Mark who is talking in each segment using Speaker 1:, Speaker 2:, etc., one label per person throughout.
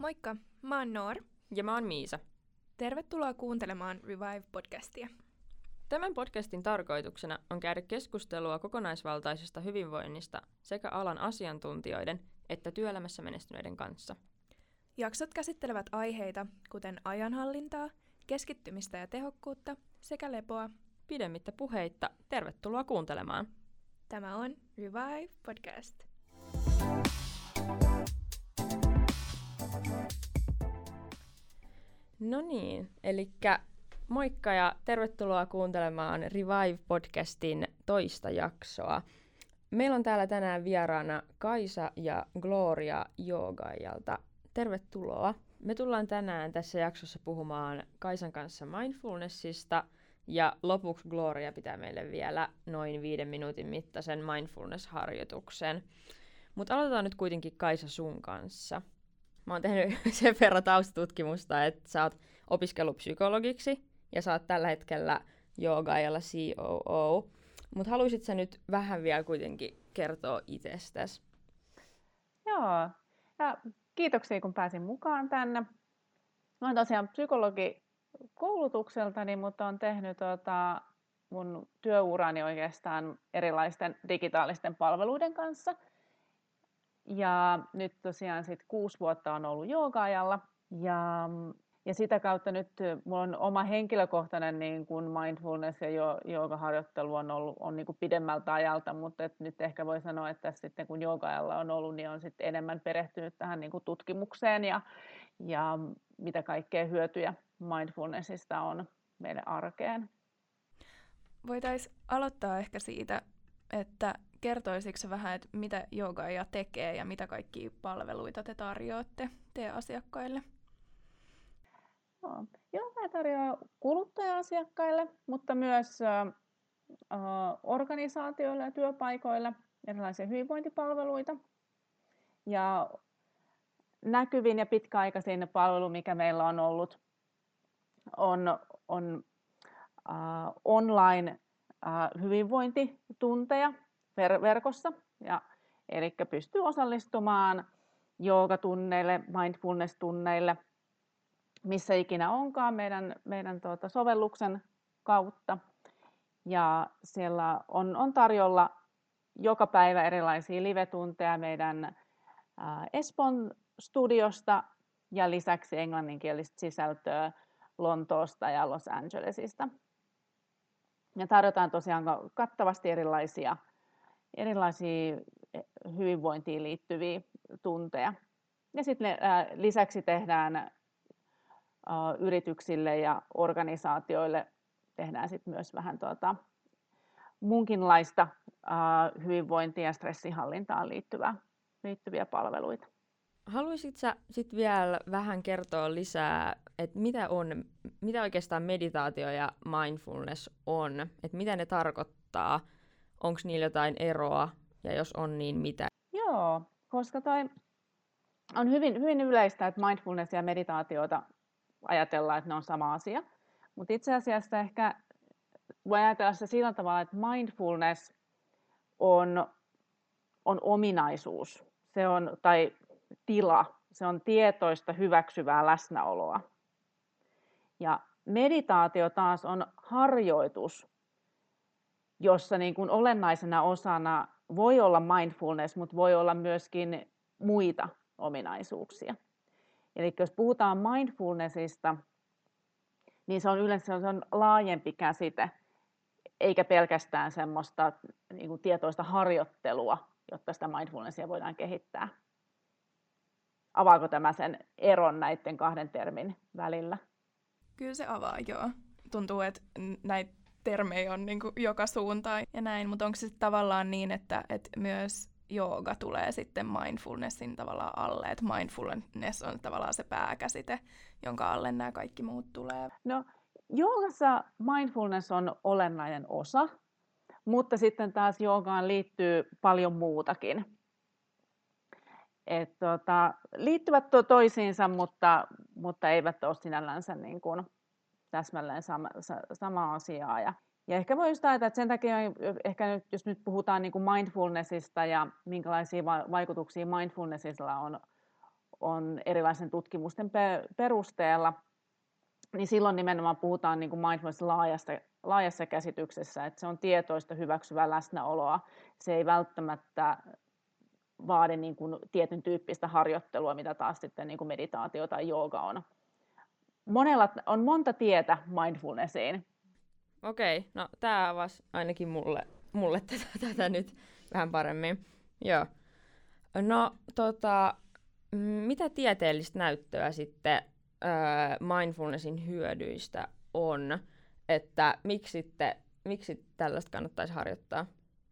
Speaker 1: Moikka, mä oon Noor.
Speaker 2: Ja mä oon Miisa.
Speaker 1: Tervetuloa kuuntelemaan Revive-podcastia.
Speaker 2: Tämän podcastin tarkoituksena on käydä keskustelua kokonaisvaltaisesta hyvinvoinnista sekä alan asiantuntijoiden että työelämässä menestyneiden kanssa.
Speaker 1: Jaksot käsittelevät aiheita, kuten ajanhallintaa, keskittymistä ja tehokkuutta sekä lepoa.
Speaker 2: Pidemmittä puheitta, tervetuloa kuuntelemaan.
Speaker 1: Tämä on Revive-podcast.
Speaker 2: No niin, elikkä moikka ja tervetuloa kuuntelemaan Revive-podcastin toista jaksoa. Meillä on täällä tänään vieraana Kaisa ja Gloria Joogaajalta. Tervetuloa. Me tullaan tänään tässä jaksossa puhumaan Kaisan kanssa mindfulnessista ja lopuksi Gloria pitää meille vielä noin 5 minuutin mittaisen mindfulness-harjoituksen. Mutta aloitetaan nyt kuitenkin Kaisa sun kanssa. Mä oon tehnyt sen verran taustatutkimusta, että sä oot opiskellut psykologiksi ja sä oot tällä hetkellä joogaajalla COO. Mutta haluaisit sä nyt vähän vielä kuitenkin kertoa itsestäsi?
Speaker 3: Joo, ja kiitoksia kun pääsin mukaan tänne. Mä oon tosiaan psykologi koulutukseltani, mutta oon tehnyt mun työurani oikeastaan erilaisten digitaalisten palveluiden kanssa. Ja nyt tosiaan 6 vuotta on ollut joogaajalla ja sitä kautta nyt mulla on oma henkilökohtainen niin kuin mindfulness ja joogaharjoittelu on niin kuin pidemmältä ajalta, mutta nyt ehkä voi sanoa, että sitten kun joogaajalla on ollut, niin on sitten enemmän perehtynyt tähän niin kuin tutkimukseen ja mitä kaikkea hyötyjä mindfulnessista on meille arkeen.
Speaker 1: Voitaisiin aloittaa ehkä siitä, että kertoisitko vähän, että mitä joogaaja tekee ja mitä kaikkia palveluita te tarjoatte teidän asiakkaille?
Speaker 3: Jooga tarjoaa kuluttaja-asiakkaille, mutta myös organisaatioille ja työpaikoille erilaisia hyvinvointipalveluita. Ja näkyvin ja pitkäaikaisin palvelu, mikä meillä on ollut, on online hyvinvointitunteja verkossa. Eli pystyy osallistumaan joogatunneille, mindfulness-tunneille, missä ikinä onkaan meidän sovelluksen kautta. Ja siellä on tarjolla joka päivä erilaisia live-tunteja meidän Espoon studiosta ja lisäksi englanninkielistä sisältöä Lontoosta ja Los Angelesista. Ja tarjotaan tosiaan kattavasti erilaisia hyvinvointiin liittyviä tunteja. Ja sitten lisäksi tehdään yrityksille ja organisaatioille tehdään sit myös vähän muunkinlaista hyvinvointia ja stressinhallintaan liittyviä palveluita.
Speaker 2: Haluaisitko sä sit vielä vähän kertoa lisää, että mitä oikeastaan meditaatio ja mindfulness on? Että mitä ne tarkoittaa? Onko niillä jotain eroa? Ja jos on, niin mitä?
Speaker 3: Joo, koska on hyvin yleistä, että mindfulness ja meditaatiota ajatellaan, että ne on sama asia. Mutta itse asiassa ehkä voi ajatella se sillä tavalla, että mindfulness on ominaisuus, tai tila, se on tietoista hyväksyvää läsnäoloa. Ja meditaatio taas on harjoitus, jossa niin kuin olennaisena osana voi olla mindfulness, mutta voi olla myöskin muita ominaisuuksia. Eli jos puhutaan mindfulnessista, niin se on yleensä laajempi käsite, eikä pelkästään semmoista niin kuin tietoista harjoittelua, jotta sitä mindfulnessia voidaan kehittää. Avaako tämä sen eron näiden 2 termin välillä?
Speaker 1: Kyllä se avaa, joo. Tuntuu, että näitä termejä on niin kuin joka suuntaan ja näin, mutta onko se tavallaan niin, että myös jooga tulee sitten mindfulnessin tavallaan alle, että mindfulness on tavallaan se pääkäsite, jonka alle nämä kaikki muut tulee?
Speaker 3: No, joogassa mindfulness on olennainen osa, mutta sitten taas joogaan liittyy paljon muutakin. Liittyvät toisiinsa, mutta eivät ole sinällänsä niin kuin täsmälleen sama asiaa. Ja ehkä voi just ajatella, että sen takia ehkä nyt, jos nyt puhutaan niin kuin mindfulnessista ja minkälaisia vaikutuksia mindfulnessilla on erilaisen tutkimusten perusteella, niin silloin nimenomaan puhutaan niin kuin mindfulness laajassa käsityksessä, että se on tietoista hyväksyvää läsnäoloa. Se ei välttämättä vaadi niin kuin tietyn tyyppistä harjoittelua, mitä taas sitten niin kuin meditaatio tai jooga on. On monta tietä mindfulnessiin.
Speaker 2: Okei, no tämä avasi ainakin mulle tätä nyt vähän paremmin. Joo. No mitä tieteellistä näyttöä sitten mindfulnessin hyödyistä on, että miksi tällaista kannattaisi harjoittaa?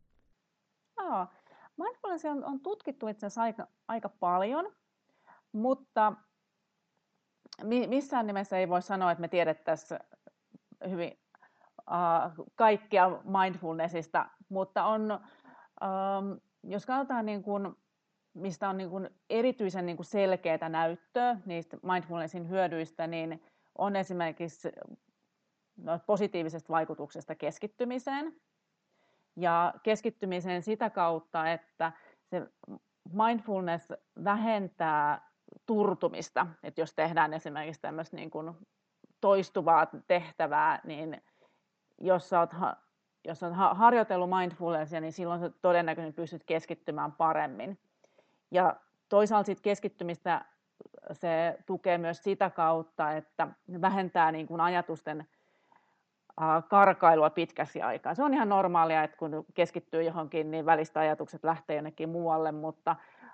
Speaker 3: Joo. Mindfulness on tutkittu itse asiassa aika paljon, mutta missään nimessä ei voi sanoa, että me tiedettäisiin hyvin kaikkea mindfulnessista, mutta jos katsotaan, niin kuin, mistä on niin kuin erityisen niin kuin selkeää näyttöä niistä mindfulnessin hyödyistä, niin on esimerkiksi positiivisesta vaikutuksesta keskittymiseen. Ja keskittymiseen sitä kautta, että se mindfulness vähentää turtumista. Että jos tehdään esimerkiksi tämmöistä niin kuin toistuvaa tehtävää, niin jos olet harjoitellut mindfulnessia, niin silloin sä todennäköisesti pystyt keskittymään paremmin. Ja toisaalta sit keskittymistä se tukee myös sitä kautta, että vähentää niin kuin ajatusten karkailua pitkäksi aikaa. Se on ihan normaalia, että kun keskittyy johonkin, niin välistä ajatukset lähtee jonnekin muualle, mutta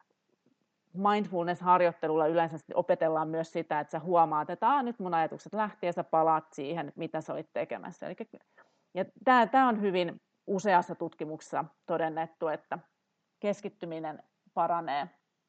Speaker 3: mindfulness-harjoittelulla yleensä opetellaan myös sitä, että sä huomaat, että nyt mun ajatukset lähtee ja sä palaat siihen, mitä sä olit tekemässä. Ja tämä on hyvin useassa tutkimuksessa todennettu, että keskittyminen paranee.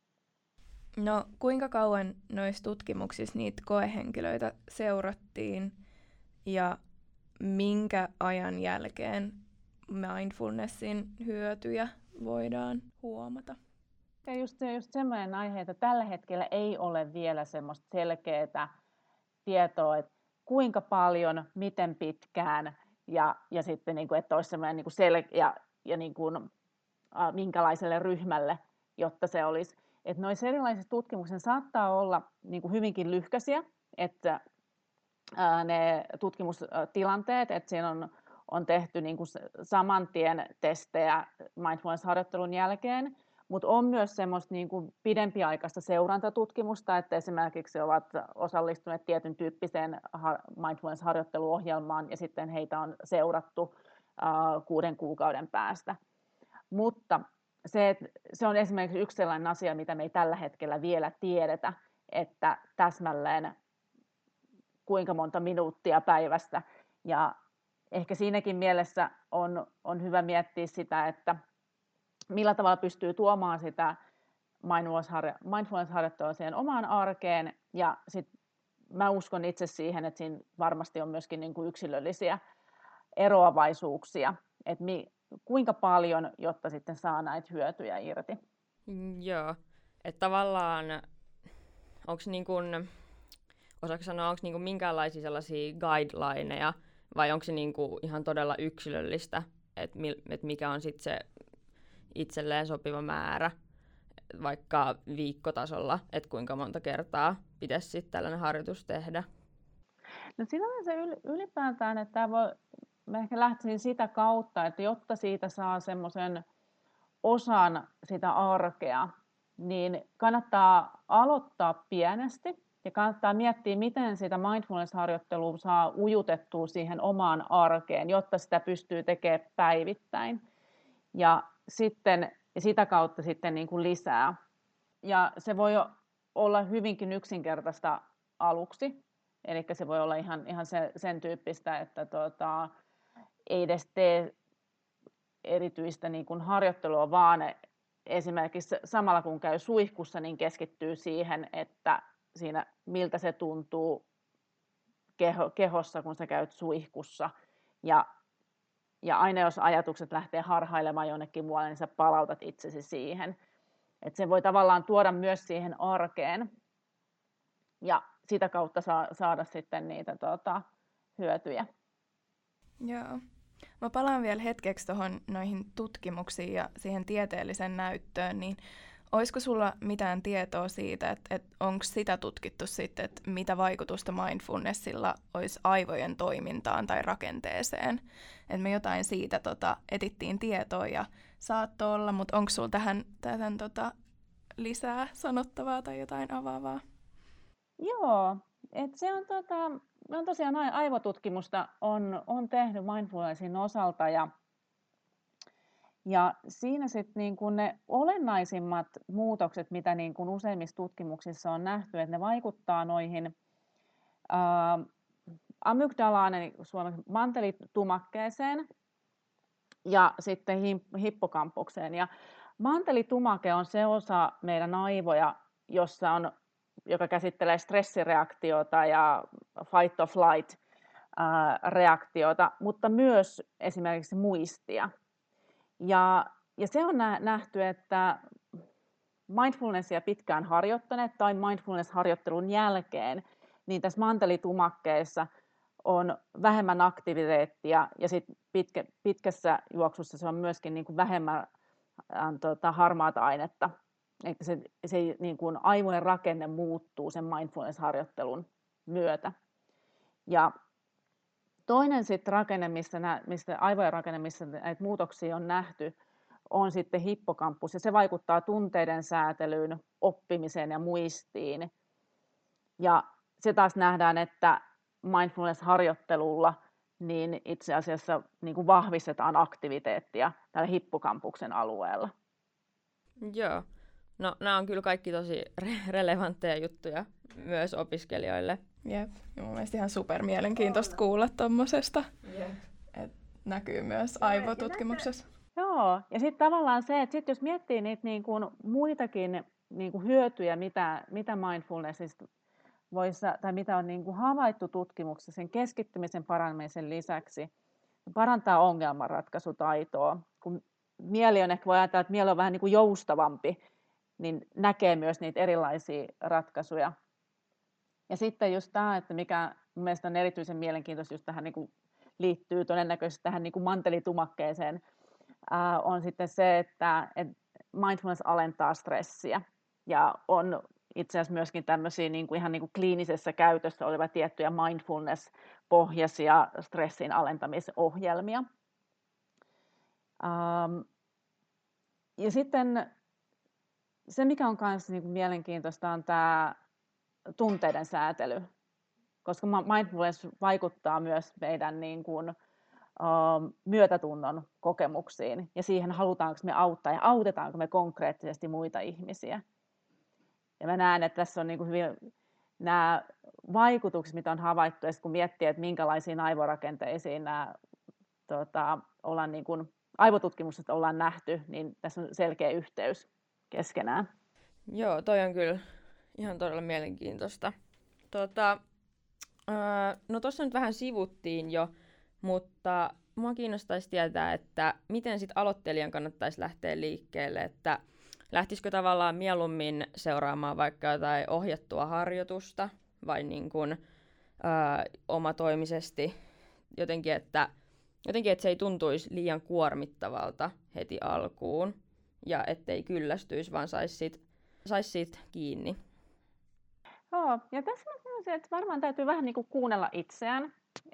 Speaker 1: No kuinka kauan noissa tutkimuksissa niitä koehenkilöitä seurattiin ja minkä ajan jälkeen mindfulnessin hyötyjä voidaan huomata?
Speaker 3: Ja just semmoinen aihe, että tällä hetkellä ei ole vielä semmoista selkeää tietoa, että kuinka paljon, miten pitkään ja sitten niin kuin, että olisi semmoinen niin kuin ja niin kuin, minkälaiselle ryhmälle, jotta se olisi. Että noissa erilaisissa tutkimuksissa saattaa olla niin kuin hyvinkin lyhkäisiä, että ne tutkimustilanteet, että siinä on tehty niin kuin saman tien testejä mindfulness-harjoittelun jälkeen, mutta on myös semmoista niin kuin pidempiaikaista seurantatutkimusta, että esimerkiksi ovat osallistuneet tietyn tyyppiseen mindfulness-harjoitteluohjelmaan ja sitten heitä on seurattu 6 kuukauden päästä. Mutta se on esimerkiksi yksi sellainen asia, mitä me ei tällä hetkellä vielä tiedetä, että täsmälleen kuinka monta minuuttia päivästä. Ja ehkä siinäkin mielessä on hyvä miettiä sitä, että millä tavalla pystyy tuomaan sitä mindfulness-harjoittelua siihen omaan arkeen. Ja sitten mä uskon itse siihen, että siinä varmasti on myöskin niin kuin yksilöllisiä eroavaisuuksia, että kuinka paljon, jotta sitten saa näitä hyötyjä irti.
Speaker 2: Joo, että tavallaan onko niin kuin, osaatko sanoa, onko niin kuin minkäänlaisia sellaisia guidelineja vai onko se niin kuin ihan todella yksilöllistä, että mikä on sitten se itselleen sopiva määrä, vaikka viikkotasolla, että kuinka monta kertaa pitäisi sitten tällainen harjoitus tehdä?
Speaker 3: No silloin se ylipäätään, että mä ehkä lähtisin sitä kautta, että jotta siitä saa semmoisen osan sitä arkea, niin kannattaa aloittaa pienesti ja kannattaa miettiä, miten sitä mindfulness-harjoittelua saa ujutettua siihen omaan arkeen, jotta sitä pystyy tekemään päivittäin. Ja sitten sitä kautta sitten niin kuin lisää. Ja se voi olla hyvinkin yksinkertaista aluksi. Eli se voi olla ihan sen tyyppistä, että ei edes tee erityistä niin kuin harjoittelua, vaan esimerkiksi samalla kun käy suihkussa, niin keskittyy siihen, että siinä miltä se tuntuu kehossa, kun sä käyt suihkussa. Ja aina jos ajatukset lähtee harhailemaan jonnekin muualle, niin sä palautat itsesi siihen. Että se voi tavallaan tuoda myös siihen arkeen ja sitä kautta saada sitten niitä hyötyjä.
Speaker 1: Joo. Mä palaan vielä hetkeksi noihin tutkimuksiin ja siihen tieteelliseen näyttöön, niin olisiko sulla mitään tietoa siitä, että onko sitä tutkittu sitten, että mitä vaikutusta mindfulnessilla olisi aivojen toimintaan tai rakenteeseen? Et me jotain siitä etittiin tietoa ja saattoi olla, mutta onko sulla tähän lisää sanottavaa tai jotain avaavaa?
Speaker 3: Joo, että se on tosiaan aivotutkimusta on tehnyt mindfulnessin osalta ja siinä sitten niin kun ne olennaisimmat muutokset, mitä niin kun useimmissa tutkimuksissa on nähty, että ne vaikuttaa noihin amygdalaan, eli suomeksi mantelitumakkeeseen ja sitten hippokampukseen. Ja mantelitumake on se osa meidän aivoja, joka käsittelee stressireaktiota ja fight or flight reaktiota, mutta myös esimerkiksi muistia. Ja se on nähty, että mindfulnessia pitkään harjoittaneet tai mindfulness-harjoittelun jälkeen, niin tässä mantelitumakkeessa on vähemmän aktiviteettia ja sit pitkässä juoksussa se on myöskin niin kuin vähemmän harmaata ainetta. Että se niin kuin aivojen rakenne muuttuu sen mindfulness-harjoittelun myötä. Ja toinen sitten rakenne, aivojen rakenne, missä näitä muutoksia on nähty, on sitten hippokampus, ja se vaikuttaa tunteiden säätelyyn, oppimiseen ja muistiin. Ja se taas nähdään, että mindfulness-harjoittelulla niin itse asiassa niin kuin vahvistetaan aktiviteettia tällä hippokampuksen alueella.
Speaker 2: Joo. No, nämä on kyllä kaikki tosi relevantteja juttuja myös opiskelijoille.
Speaker 1: Jep, ja mun mielestä ihan super mielenkiintoista kuulla tommosesta.
Speaker 2: Jep.
Speaker 1: Et näkyy myös aivotutkimuksessa.
Speaker 3: Joo, ja sitten tavallaan se, että jos miettii niitä niin kuin muitakin niin kuin hyötyjä, mitä mindfulnessista tai mitä on niin kuin havaittu tutkimuksessa sen keskittymisen paranemisen lisäksi, parantaa ongelmanratkaisutaitoa. Kun mieli on ehkä voi ajatella, että mieli on vähän niin kuin joustavampi, niin näkee myös niitä erilaisia ratkaisuja. Ja sitten just tämä, että mikä mun mielestä on erityisen mielenkiintoista, just tähän niin kuin liittyy todennäköisesti tähän niin kuin mantelitumakkeeseen, on sitten se, että mindfulness alentaa stressiä ja on itse asiassa myöskin tämmöisiä niin kuin ihan niin kuin kliinisessä käytössä olevia tiettyjä mindfulness-pohjaisia stressin alentamisohjelmia. Ja sitten se, mikä on myös niin kuin mielenkiintoista, on tämä tunteiden säätely, koska mindfulness vaikuttaa myös meidän niin kuin, myötätunnon kokemuksiin ja siihen, halutaanko me auttaa ja autetaanko me konkreettisesti muita ihmisiä. Ja mä näen, että tässä on niin kuin hyvin nämä vaikutukset, mitä on havaittu, ja kun miettii, että minkälaisiin aivorakenteisiin nämä ollaan niin kuin aivotutkimuksesta ollaan nähty, niin tässä on selkeä yhteys keskenään.
Speaker 2: Joo, toi on kyllä ihan todella mielenkiintoista. No tuossa nyt vähän sivuttiin jo, mutta mua kiinnostaisi tietää, että miten sit aloittelijan kannattaisi lähteä liikkeelle, että lähtisikö tavallaan mieluummin seuraamaan vaikka jotain ohjattua harjoitusta vai niin kuin, omatoimisesti jotenkin, että se ei tuntuisi liian kuormittavalta heti alkuun ja ettei kyllästyisi, vaan saisi siitä kiinni.
Speaker 3: Joo, ja tässä mä sanoisin, että varmaan täytyy vähän niin kuin kuunnella itseään.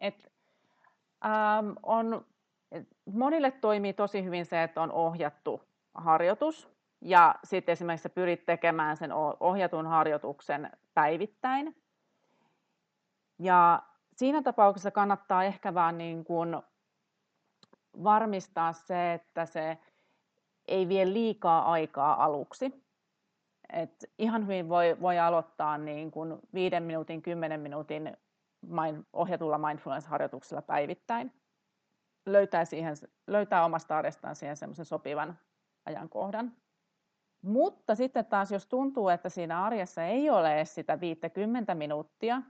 Speaker 3: Monille toimii tosi hyvin se, että on ohjattu harjoitus ja sitten esimerkiksi pyrit tekemään sen ohjatun harjoituksen päivittäin. Ja siinä tapauksessa kannattaa ehkä vaan niin kuin varmistaa se, että se ei vie liikaa aikaa aluksi. Et ihan hyvin voi aloittaa niin kuin 5 minuutin, 10 minuutin ohjatulla mindfulness-harjoituksella päivittäin. Löytää omasta arjestaan siihen semmoisen sopivan ajankohdan. Mutta sitten taas, jos tuntuu, että siinä arjessa ei ole edes sitä 50 minuuttia,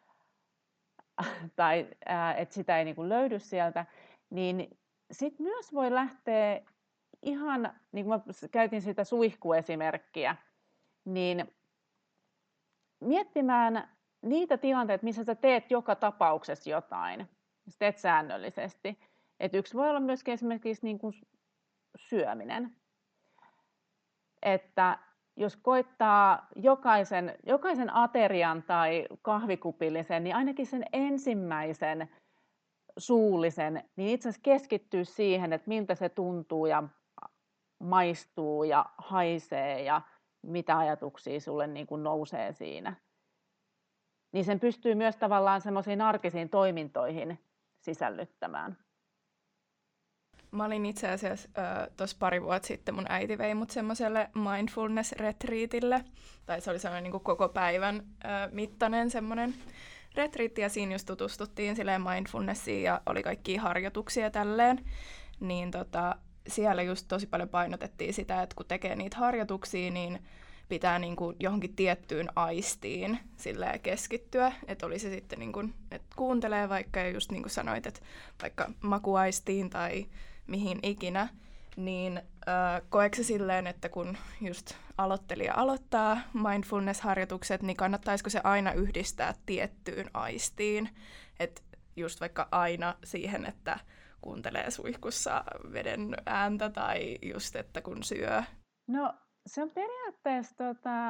Speaker 3: tai että sitä ei niin kuin löydy sieltä, niin sitten myös voi lähteä ihan, niin kuin mä käytin sitä suihkuesimerkkiä, niin miettimään niitä tilanteita, missä sä teet joka tapauksessa jotain, sä teet säännöllisesti. Et yksi voi olla myöskin esimerkiksi niin kuin syöminen. Että jos koittaa jokaisen aterian tai kahvikupillisen, niin ainakin sen ensimmäisen suullisen, niin itse asiassa keskittyy siihen, että miltä se tuntuu ja maistuu ja haisee ja mitä ajatuksia sulle niin kuin nousee siinä. Niin sen pystyy myös tavallaan semmoisiin arkisiin toimintoihin sisällyttämään.
Speaker 1: Mä olin itse asiassa tuossa pari vuotta sitten, mun äiti vei mut semmoiselle mindfulness-retriitille, tai se oli semmoinen niin kuin koko päivän mittainen semmoinen retriitti, ja siinä just tutustuttiin silleen mindfulnessiin, ja oli kaikkia harjoituksia tälleen, niin siellä just tosi paljon painotettiin sitä, että kun tekee niitä harjoituksia, niin pitää niin kuin johonkin tiettyyn aistiin silleen keskittyä, että oli se sitten niin kuin, että kuuntelee vaikka, ja just niin kuin sanoit, että vaikka makuaistiin tai mihin ikinä, niin koetko se silleen, että kun just aloittelija aloittaa mindfulness-harjoitukset, niin kannattaisiko se aina yhdistää tiettyyn aistiin, että just vaikka aina siihen, että kuuntelee suihkussa veden ääntä tai just, että kun syö?
Speaker 3: No se on periaatteessa,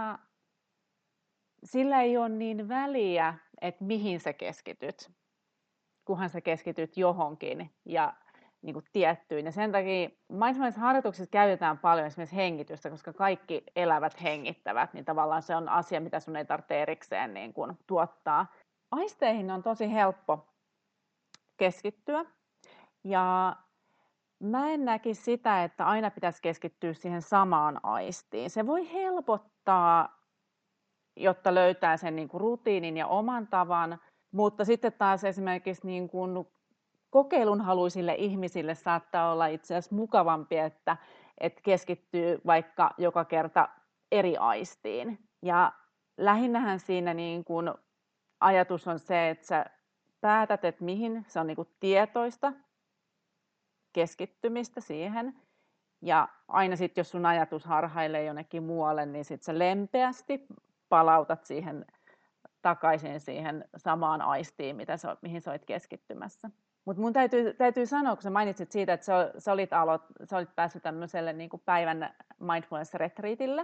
Speaker 3: sillä ei ole niin väliä, että mihin sä keskityt, kunhan sä keskityt johonkin ja niin kuin tiettyyn. Ja sen takia mindfulness-harjoituksissa käytetään paljon esimerkiksi hengitystä, koska kaikki elävät hengittävät, niin tavallaan se on asia, mitä sun ei tarvitse erikseen niin kuin tuottaa. Aisteihin on tosi helppo keskittyä. Ja mä en näkisi sitä, että aina pitäisi keskittyä siihen samaan aistiin. Se voi helpottaa, jotta löytää sen niin kuin rutiinin ja oman tavan, mutta sitten taas esimerkiksi niin kuin kokeilunhaluisille ihmisille saattaa olla itse asiassa mukavampi, että keskittyy vaikka joka kerta eri aistiin. Ja lähinnähän siinä niin kuin ajatus on se, että sä päätät, että mihin se on niin kuin tietoista keskittymistä siihen. Ja aina sitten, jos sun ajatus harhailee jonnekin muualle, niin sitten sä lempeästi palautat siihen takaisin siihen samaan aistiin, mihin sä olit keskittymässä. Mutta mun täytyy sanoa, kun sä mainitsit siitä, että sä olit päässyt tämmöiselle niin kuin päivän mindfulness-retriitille,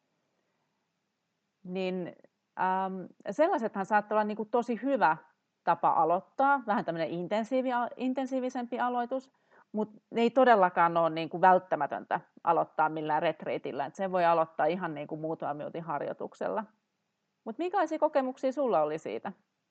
Speaker 3: niin sellaisethan saattaa olla niin kuin tosi hyvä tapa aloittaa, vähän tämmöinen intensiivisempi aloitus, mutta ne ei todellakaan ole niin kuin välttämätöntä aloittaa millään retriitillä. Et sen voi aloittaa ihan niin kuin muutaman minuutin harjoituksella. Mutta minkälaisia kokemuksia sulla oli siitä?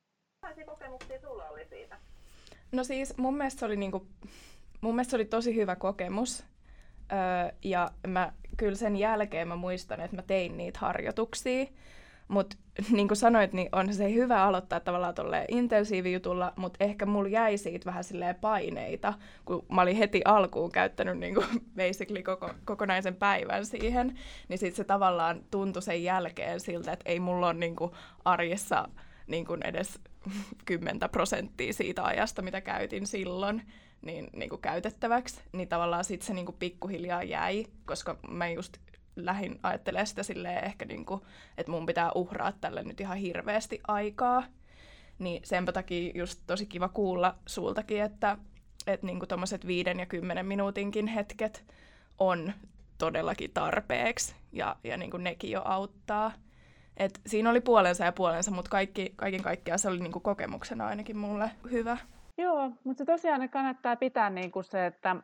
Speaker 1: No siis mun mielestä se oli tosi hyvä kokemus. Ja kyllä sen jälkeen mä muistan, että mä tein niitä harjoituksia. Mutta niin kuin sanoit, niin on se hyvä aloittaa tavallaan tolleen intensiivijutulla, mutta ehkä mulla jäi siitä vähän silleen paineita, kun mä olin heti alkuun käyttänyt niin kuin basically kokonaisen päivän siihen, niin sitten se tavallaan tuntui sen jälkeen siltä, että ei mulla ole niin kuin arjessa niin kuin edes 10% siitä ajasta, mitä käytin silloin, niin kuin käytettäväksi, niin tavallaan sitten se niin kuin pikkuhiljaa jäi, koska mä just lähdin ajattelemaan sitä silleen ehkä, niinku, että mun pitää uhraa tälle nyt ihan hirveästi aikaa. Niin senpä takia just tosi kiva kuulla sultakin, että niinku tommoset 5 ja 10 minuutinkin hetket on todellakin tarpeeksi ja niinku nekin jo auttaa. Et siinä oli puolensa ja puolensa, mutta kaiken kaikkiaan se oli niinku kokemuksena ainakin mulle hyvä.
Speaker 3: Joo, mutta se tosiaan kannattaa pitää niinku se, että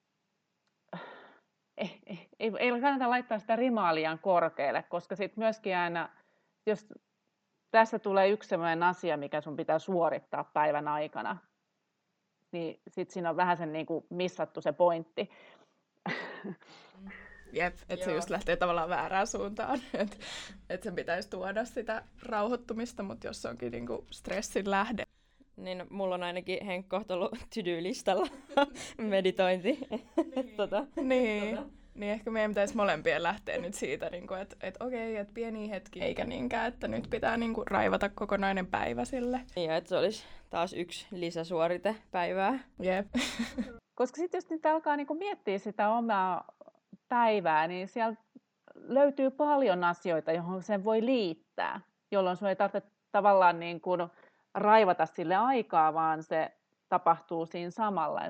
Speaker 3: ei kannata laittaa sitä rimaa liian korkealle, koska sitten myöskin aina, jos tässä tulee yksi sellainen asia, mikä sun pitää suorittaa päivän aikana, niin sitten siinä on vähän sen niin kuin missattu se pointti.
Speaker 1: Jep, että se just lähtee tavallaan väärään suuntaan, että sen pitäisi tuoda sitä rauhoittumista, mutta jos se onkin niinku stressin lähde.
Speaker 2: Niin mulla on ainakin Henkko ollut to-do-listalla meditointi.
Speaker 1: Niin ehkä meidän pitäisi molempien lähteä nyt siitä, että okei, että pieniä hetkiä, eikä niinkään, että nyt pitää niinku raivata kokonainen päivä sille.
Speaker 2: Niin, että se olisi taas yksi lisäsuorite päivää.
Speaker 1: Jep.
Speaker 3: Koska sitten jos nyt alkaa niinku miettiä sitä omaa päivää, niin siellä löytyy paljon asioita, johon sen voi liittää, jolloin sun ei tarvitse tavallaan niin kuin raivata sille aikaa, vaan se tapahtuu siinä samalla.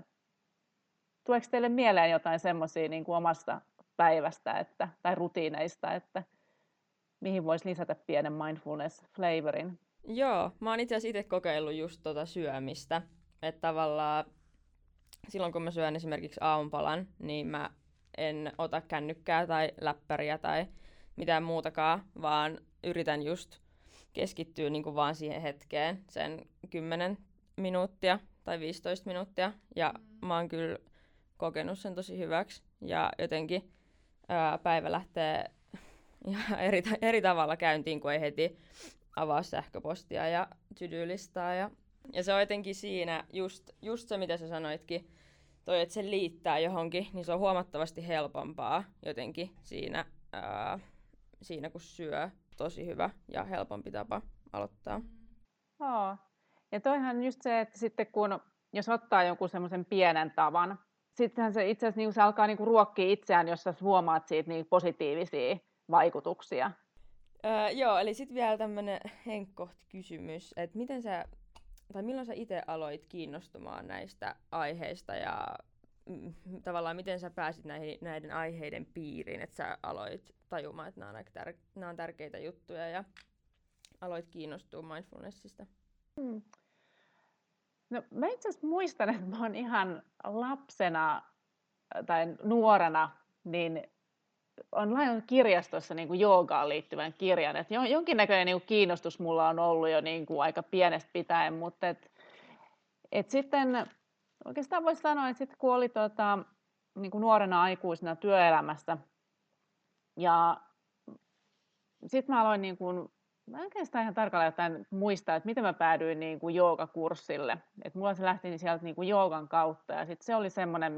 Speaker 3: Tuleeko teille mieleen jotain semmoisia niin kuin omasta päivästä tai rutiineista, että mihin voisi lisätä pienen mindfulness-flavorin?
Speaker 2: Joo, mä oon itse asiassa itse kokeillut just syömistä. Että tavallaan silloin kun mä syön esimerkiksi aamupalan, niin mä en ota kännykkää tai läppäriä tai mitään muutakaan, vaan yritän just keskittyä niin kuin vaan siihen hetkeen sen 10 minuuttia tai 15 minuuttia. Ja mä oon kyllä kokenut sen tosi hyväksi. Ja jotenkin päivä lähtee ihan eri tavalla käyntiin, kun ei heti avaa sähköpostia ja to-do-listaa. Ja se on jotenkin siinä just se, mitä sä sanoitkin, toi, että se liittää johonkin, niin se on huomattavasti helpompaa jotenkin siinä kun syö. Tosi hyvä ja helpompi tapa aloittaa.
Speaker 3: Joo. Ja toihan just se, että sitten jos ottaa jonkun semmoisen pienen tavan, sittenhän se itse asiassa se alkaa ruokkia itseään, jos sä huomaat siitä positiivisia vaikutuksia.
Speaker 2: Joo, eli sitten vielä tämmönen henkkohti kysymys, että milloin sä itse aloit kiinnostumaan näistä aiheista ja tavallaan miten sä pääsit näiden aiheiden piiriin, että sä aloit tajumaan, että nämä on tärkeitä juttuja ja aloit kiinnostua mindfulnessista?
Speaker 3: No, mä itse asiassa muistan, että mä oon ihan lapsena tai nuorena, niin on lainannut kirjastossa joogaan liittyvän kirjan. Et jonkinnäköinen kiinnostus mulla on ollut jo aika pienestä pitäen, mutta sitten oikeastaan voisi sanoa, että sitten kun oli nuorena aikuisena työelämässä ja sitten mä aloin mä en oikeastaan ihan tarkalleen jotain muistaa, että miten mä päädyin joogakurssille. Et mulla se lähti sieltä joogan kautta ja sitten se oli semmoinen,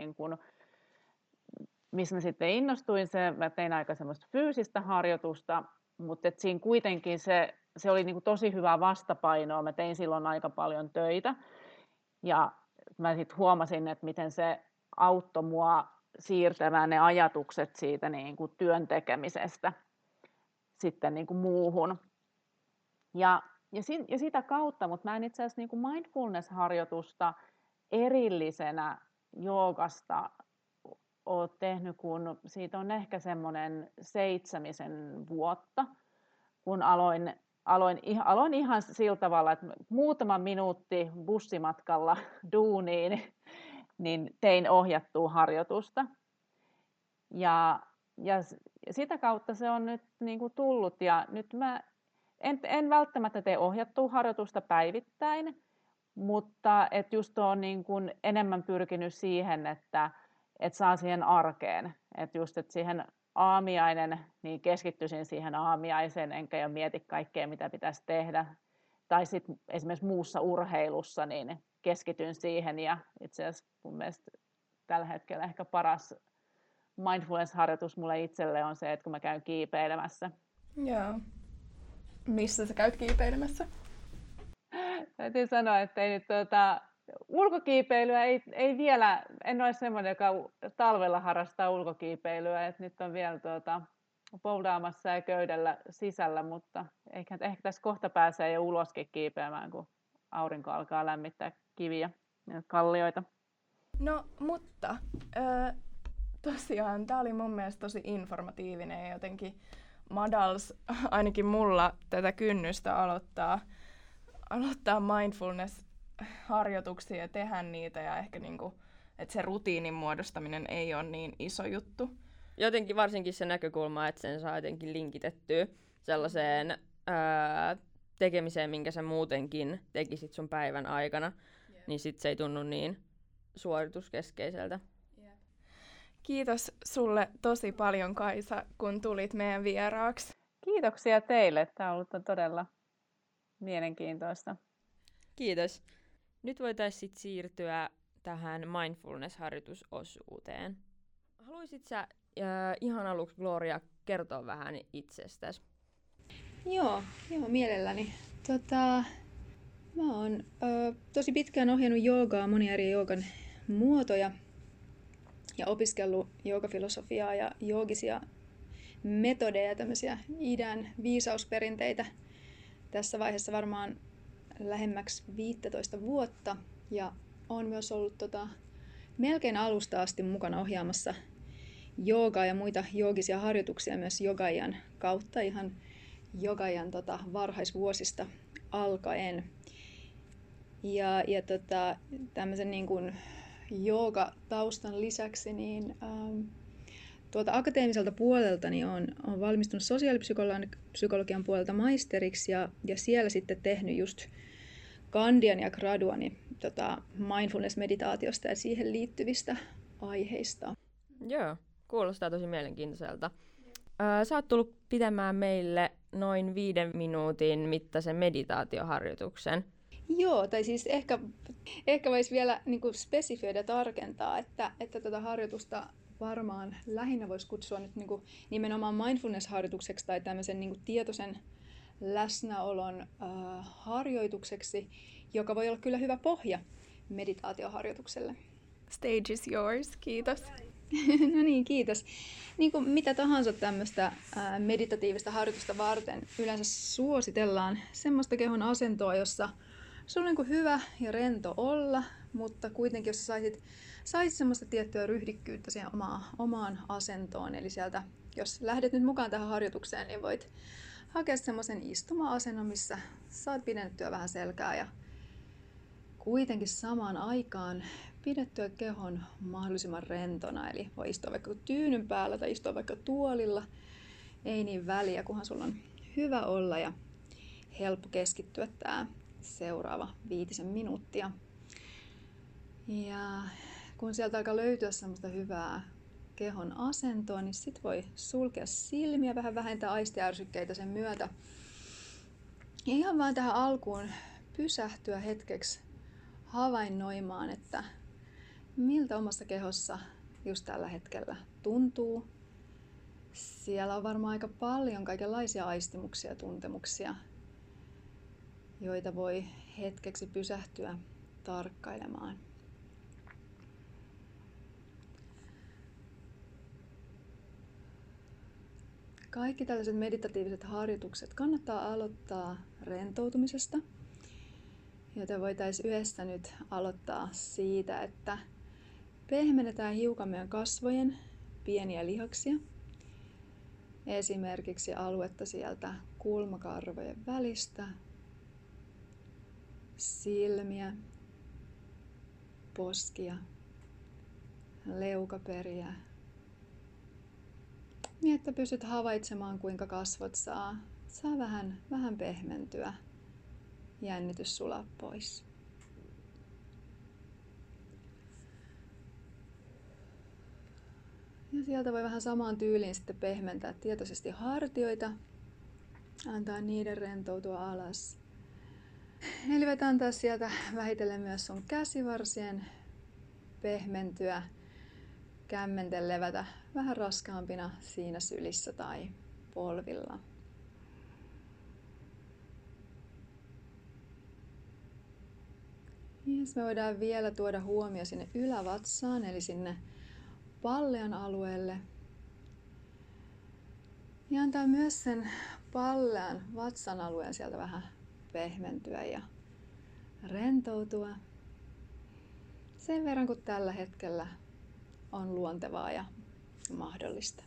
Speaker 3: missä mä sitten innostuin. Mä tein aika semmoista fyysistä harjoitusta, mutta siinä kuitenkin se oli tosi hyvää vastapainoa. Mä tein silloin aika paljon töitä ja mä sitten huomasin, että miten se auttoi mua siirtämään ne ajatukset siitä työn tekemisestä sitten muuhun. Ja sitä kautta, mutta mä en itse asiassa mindfulness-harjoitusta erillisenä joogasta ole tehnyt, kun siitä on ehkä semmoinen 7 vuotta, kun aloin ihan sillä tavalla, että muutama minuutti bussimatkalla duuniin, niin tein ohjattua harjoitusta. Ja sitä kautta se on nyt tullut ja nyt mä en välttämättä tee ohjattua harjoitusta päivittäin, mutta just on enemmän pyrkinyt siihen, että saa siihen arkeen. Että just, että siihen aamiainen, niin keskittyisin siihen aamiaiseen, enkä jo mieti kaikkea, mitä pitäisi tehdä. Tai sitten esimerkiksi muussa urheilussa, niin keskityn siihen. Ja itse asiassa mun mielestä tällä hetkellä ehkä paras mindfulness-harjoitus mulle itselle on se, että kun mä käyn kiipeilemässä.
Speaker 1: Joo. Missä sä käyt kiipeilemässä?
Speaker 3: Täytyy sanoa, että ei nyt ulkokiipeilyä ei vielä, en ole semmoinen, joka talvella harrastaa ulkokiipeilyä, että nyt on vielä pouldaamassa ja köydellä sisällä, mutta ehkä tässä kohta pääsee jo uloskin kiipeämään, kun aurinko alkaa lämmittää kiviä ja kallioita.
Speaker 1: No, mutta tosiaan tämä oli mun mielestä tosi informatiivinen ja jotenkin madals ainakin mulla tätä kynnystä aloittaa mindfulness-harjoituksia ja tehdä niitä ja ehkä että se rutiinin muodostaminen ei ole niin iso juttu.
Speaker 2: Jotenkin varsinkin se näkökulma, että sen saa jotenkin linkitettyä sellaiseen tekemiseen, minkä sä muutenkin tekisit sun päivän aikana, niin sit se ei tunnu niin suorituskeskeiseltä.
Speaker 1: Kiitos sulle tosi paljon, Kaisa, kun tulit meidän vieraaksi.
Speaker 3: Kiitoksia teille. Tämä on ollut todella mielenkiintoista.
Speaker 2: Kiitos. Nyt voitaisiin siirtyä tähän mindfulness-harjoitusosuuteen. Haluaisit sä ihan aluksi, Gloria, kertoa vähän itsestäsi?
Speaker 4: Joo, mielelläni. Mä oon tosi pitkään ohjannut joogaa, monia eri joogan muotoja ja opiskellut joogafilosofiaa ja joogisia metodeja, tämmöisiä idän viisausperinteitä. Tässä vaiheessa varmaan lähemmäksi 15 vuotta ja oon myös ollut melkein alusta asti mukana ohjaamassa joogaa ja muita joogisia harjoituksia myös jogaian kautta ihan jogaian varhaisvuosista alkaen. Ja tämmöisen niin kuin joogataustan lisäksi niin akateemiselta puolelta niin on valmistunut sosiaalipsykologian puolelta maisteriksi ja siellä sitten tehnyt just kandian ja graduani mindfulness-meditaatiosta ja siihen liittyvistä aiheista.
Speaker 2: Joo, kuulostaa tosi mielenkiintoiselta. Sä oot tullut pitämään meille noin 5 minuutin mittaisen meditaatioharjoituksen.
Speaker 4: Joo, tai siis ehkä voisi vielä niin kuin spesifioida ja tarkentaa, että tätä harjoitusta varmaan lähinnä voisi kutsua nyt niin kuin nimenomaan mindfulness-harjoitukseksi tai tämmöisen niin kuin tietoisen läsnäolon harjoitukseksi, joka voi olla kyllä hyvä pohja meditaatioharjoitukselle.
Speaker 1: Stage is yours, kiitos.
Speaker 4: No niin, kiitos. Niin kuin mitä tahansa tämmöistä meditatiivista harjoitusta varten yleensä suositellaan semmoista kehon asentoa, jossa se on niin kuin hyvä ja rento olla, mutta kuitenkin jos saisit semmoista tiettyä ryhdikkyyttä siihen omaan asentoon. Eli sieltä, jos lähdet nyt mukaan tähän harjoitukseen, niin voit hakea semmoisen istuma-asennon, missä saat pidettyä vähän selkää ja kuitenkin samaan aikaan pidettyä kehon mahdollisimman rentona. Eli voi istua vaikka tyynyn päällä tai istua vaikka tuolilla. Ei niin väliä, kunhan sulla on hyvä olla ja helppo keskittyä tää seuraava 5 minuuttia. Ja kun sieltä alkaa löytyä semmoista hyvää kehon asentoa, niin sit voi sulkea silmiä, vähän vähentää aistiärsykkeitä sen myötä. Ja ihan vaan tähän alkuun pysähtyä hetkeksi havainnoimaan, että miltä omassa kehossa just tällä hetkellä tuntuu. Siellä on varmaan aika paljon kaikenlaisia aistimuksia ja tuntemuksia, joita voi hetkeksi pysähtyä tarkkailemaan. Kaikki tällaiset meditatiiviset harjoitukset kannattaa aloittaa rentoutumisesta, joten voitaisiin yhdessä nyt aloittaa siitä, että pehmennetään hiukan meidän kasvojen pieniä lihaksia. Esimerkiksi aluetta sieltä kulmakarvojen välistä, silmiä, poskia, leukaperiä. Niin, että pystyt havaitsemaan, kuinka kasvot saa vähän pehmentyä, jännitys sulaa pois. Ja sieltä voi vähän samaan tyyliin sitten pehmentää tietoisesti hartioita, antaa niiden rentoutua alas. Eli voit antaa sieltä vähitellen myös sun käsivarsien pehmentyä, kämmenten levätä vähän raskaampina siinä sylissä tai polvilla. Ja me voidaan vielä tuoda huomio sinne ylävatsaan, eli sinne pallean alueelle. Ja antaa myös sen pallean vatsan alueen sieltä vähän pehmentyä ja rentoutua. Sen verran kuin tällä hetkellä on luontevaa ja mahdollista.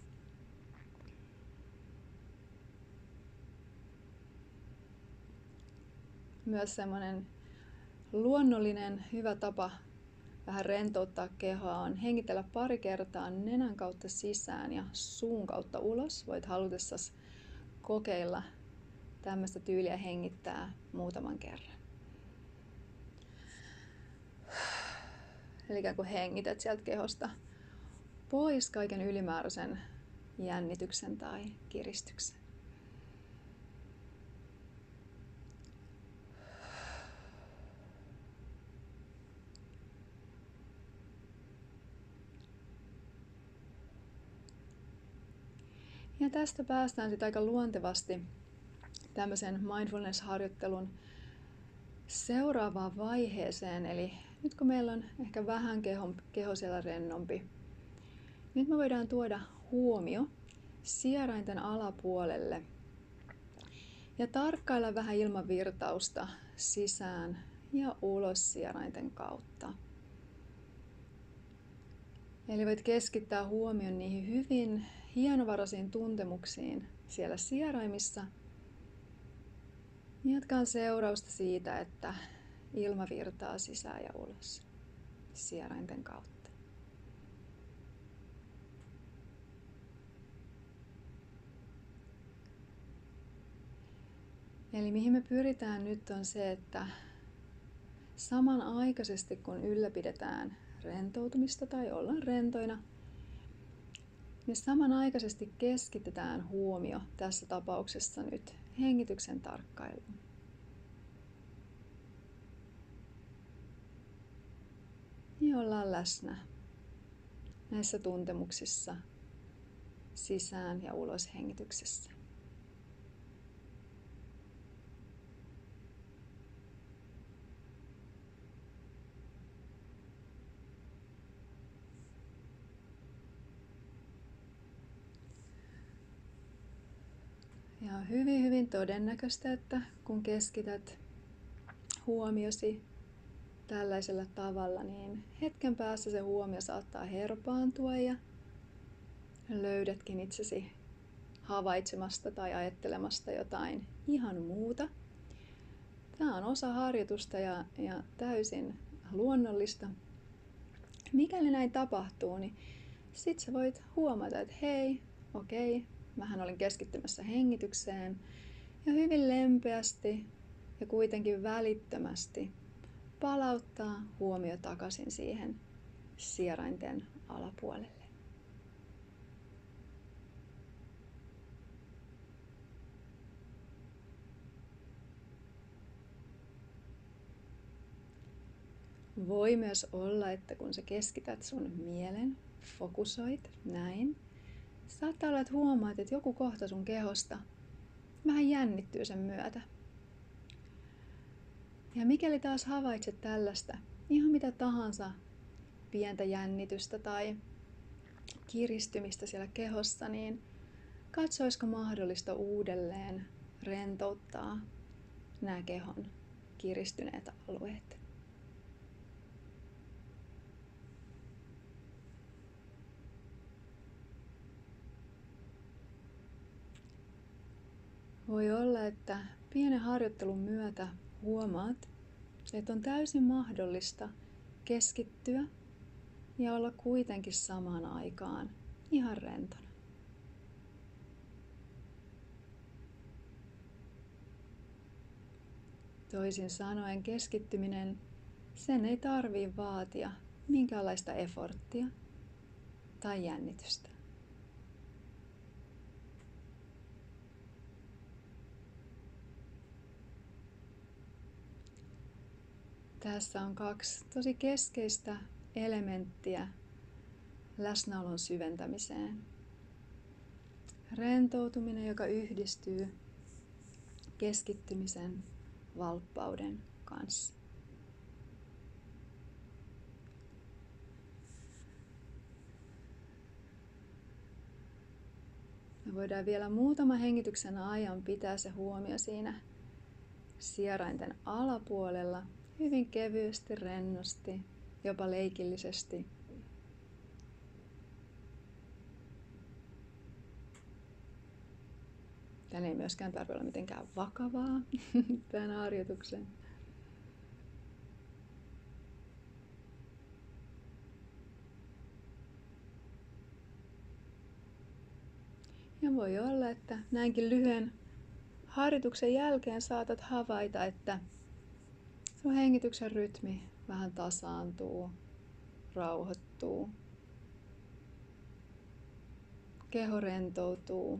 Speaker 4: Myös semmoinen luonnollinen hyvä tapa vähän rentouttaa kehoa on hengitellä pari kertaa nenän kautta sisään ja suun kautta ulos. Voit halutessasi kokeilla tämmöistä tyyliä hengittää muutaman kerran. Eli kun hengität sieltä kehosta pois kaiken ylimääräisen jännityksen tai kiristyksen. Ja tästä päästään sitten aika luontevasti tämmöisen mindfulness-harjoittelun seuraavaan vaiheeseen. Eli nyt kun meillä on ehkä vähän keho siellä rennompi, nyt me voidaan tuoda huomio sierainten alapuolelle ja tarkkailla vähän ilmavirtausta sisään ja ulos sierainten kautta. Eli voit keskittää huomion niihin hyvin hienovaraisiin tuntemuksiin siellä sieraimissa, jotka on seurausta siitä, että ilma virtaa sisään ja ulos sierainten kautta. Eli mihin me pyritään nyt on se, että samanaikaisesti kun ylläpidetään rentoutumista tai ollaan rentoina, niin samanaikaisesti keskitetään huomio tässä tapauksessa nyt hengityksen tarkkailuun. Ja ollaan läsnä näissä tuntemuksissa sisään ja ulos hengityksessä. Ja on hyvin, hyvin todennäköistä, että kun keskität huomiosi tällaisella tavalla, niin hetken päässä se huomio saattaa herpaantua ja löydätkin itsesi havaitsemasta tai ajattelemasta jotain ihan muuta. Tämä on osa harjoitusta ja täysin luonnollista. Mikäli näin tapahtuu, niin sit sä voit huomata, että hei, okei, mähän olin keskittymässä hengitykseen ja hyvin lempeästi ja kuitenkin välittömästi palauttaa huomio takaisin siihen sierainten alapuolelle. Voi myös olla, että kun sä keskität sun mielen, fokusoit näin, saattaa olla, että huomaat, että joku kohta sun kehosta vähän jännittyy sen myötä. Ja mikäli taas havaitset tällaista, ihan mitä tahansa pientä jännitystä tai kiristymistä siellä kehossa, niin katsoisiko mahdollista uudelleen rentouttaa nämä kehon kiristyneet alueet. Voi olla, että pienen harjoittelun myötä huomaat, että on täysin mahdollista keskittyä ja olla kuitenkin samaan aikaan ihan rentona. Toisin sanoen keskittyminen, sen ei tarvitse vaatia minkäänlaista efforttia tai jännitystä. Tässä on 2 tosi keskeistä elementtiä läsnäolon syventämiseen. Rentoutuminen, joka yhdistyy keskittymisen valppauden kanssa. Me voidaan vielä muutaman hengityksen ajan pitää se huomio siinä sierainten alapuolella hyvin kevyesti, rennosti, jopa leikillisesti. Tän ei myöskään tarvitse olla mitenkään vakavaa tämän harjoituksen. Ja voi olla, että näinkin lyhyen harjoituksen jälkeen saatat havaita, että sun hengityksen rytmi vähän tasaantuu, rauhoittuu. Keho rentoutuu.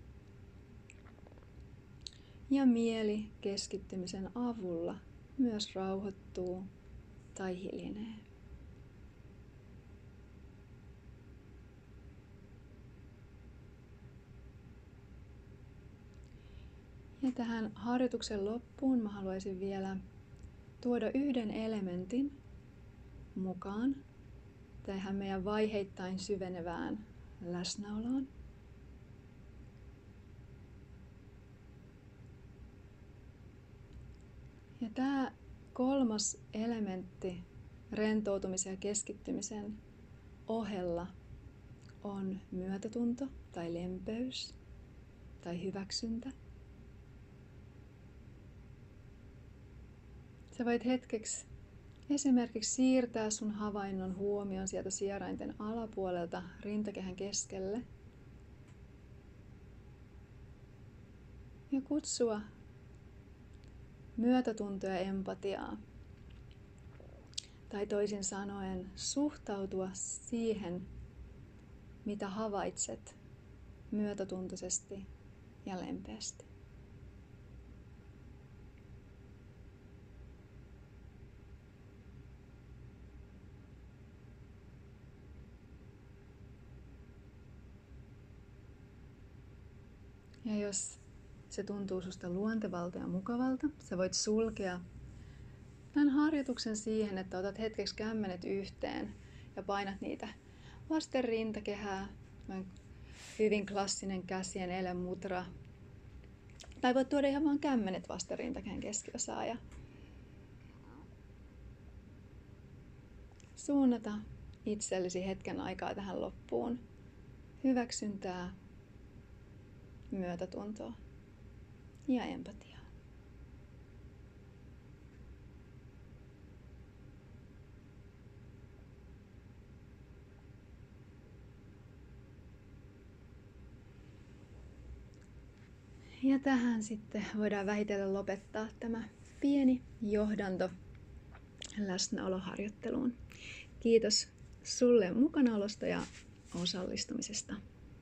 Speaker 4: Ja mieli keskittymisen avulla myös rauhoittuu tai hiljenee. Ja tähän harjoituksen loppuun mä haluaisin vielä tuoda yhden elementin mukaan tähän meidän vaiheittain syvenevään läsnäoloon. Ja tämä 3. elementti rentoutumisen ja keskittymisen ohella on myötätunto tai lempeys tai hyväksyntä. Sä voit hetkeksi esimerkiksi siirtää sun havainnon huomion sieltä sierainten alapuolelta rintakehän keskelle ja kutsua myötätuntoa ja empatiaa. Tai toisin sanoen suhtautua siihen, mitä havaitset myötätuntoisesti ja lempeästi. Ja jos se tuntuu susta luontevalta ja mukavalta, sä voit sulkea tämän harjoituksen siihen, että otat hetkeksi kämmenet yhteen ja painat niitä vasten rintakehää. Hyvin klassinen käsien ele mudra. Tai voit tuoda ihan vaan kämmenet vasten rintakehän keskiosaa ja suunnata itsellesi hetken aikaa tähän loppuun. Hyväksyntää, myötätuntoa ja empatiaa. Ja tähän sitten voidaan vähitellen lopettaa tämä pieni johdanto läsnäoloharjoitteluun. Kiitos sulle mukanaolosta ja osallistumisesta.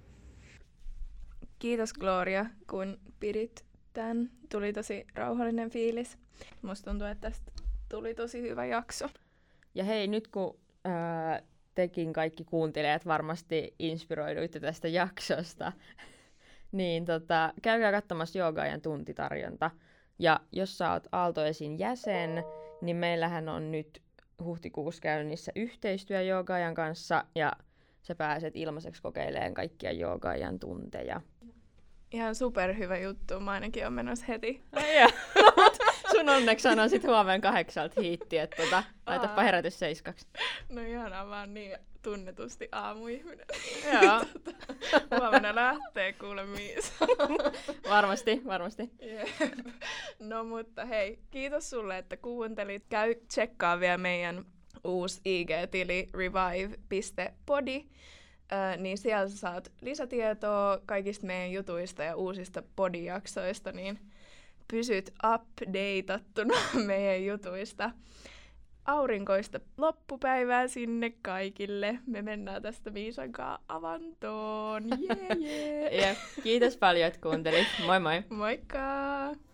Speaker 1: Kiitos Gloria, kun pidit tän. Tuli tosi rauhallinen fiilis. Musta tuntuu, että tästä tuli tosi hyvä jakso.
Speaker 2: Ja hei, nyt kun tekin kaikki kuuntelijat varmasti inspiroiduitte tästä jaksosta, niin käykää katsomassa Joogaajan tuntitarjonta. Ja jos sä oot Aaltoesin jäsen, niin meillähän on nyt huhtikuussa käynnissä yhteistyö Joogaajan kanssa ja sä pääset ilmaiseksi kokeilemaan kaikkia Joogaajan tunteja.
Speaker 1: Ihan superhyvä juttu, mä ainakin on menossa heti.
Speaker 2: Sun onneksi sanon sit huomenna 8 hiittiä, että laitapa herätys 7.
Speaker 1: No ihanaa, mä oon niin tunnetusti aamuihminen.
Speaker 2: Joo.
Speaker 1: Huomenna lähtee kuule Miisa.
Speaker 2: Varmasti.
Speaker 1: Jep. No mutta hei, kiitos sulle, että kuuntelit. Käy tsekkaa vielä meidän uusi IG-tili revive.body. Niin siellä sä saat lisätietoa kaikista meidän jutuista ja uusista podijaksoista, niin pysyt updateattuna meidän jutuista. Aurinkoista loppupäivää sinne kaikille. Me mennään tästä Miisan kanssa avantoon. Yeah.
Speaker 2: Kiitos paljon, että kuuntelit. Moi moi!
Speaker 1: Moikka!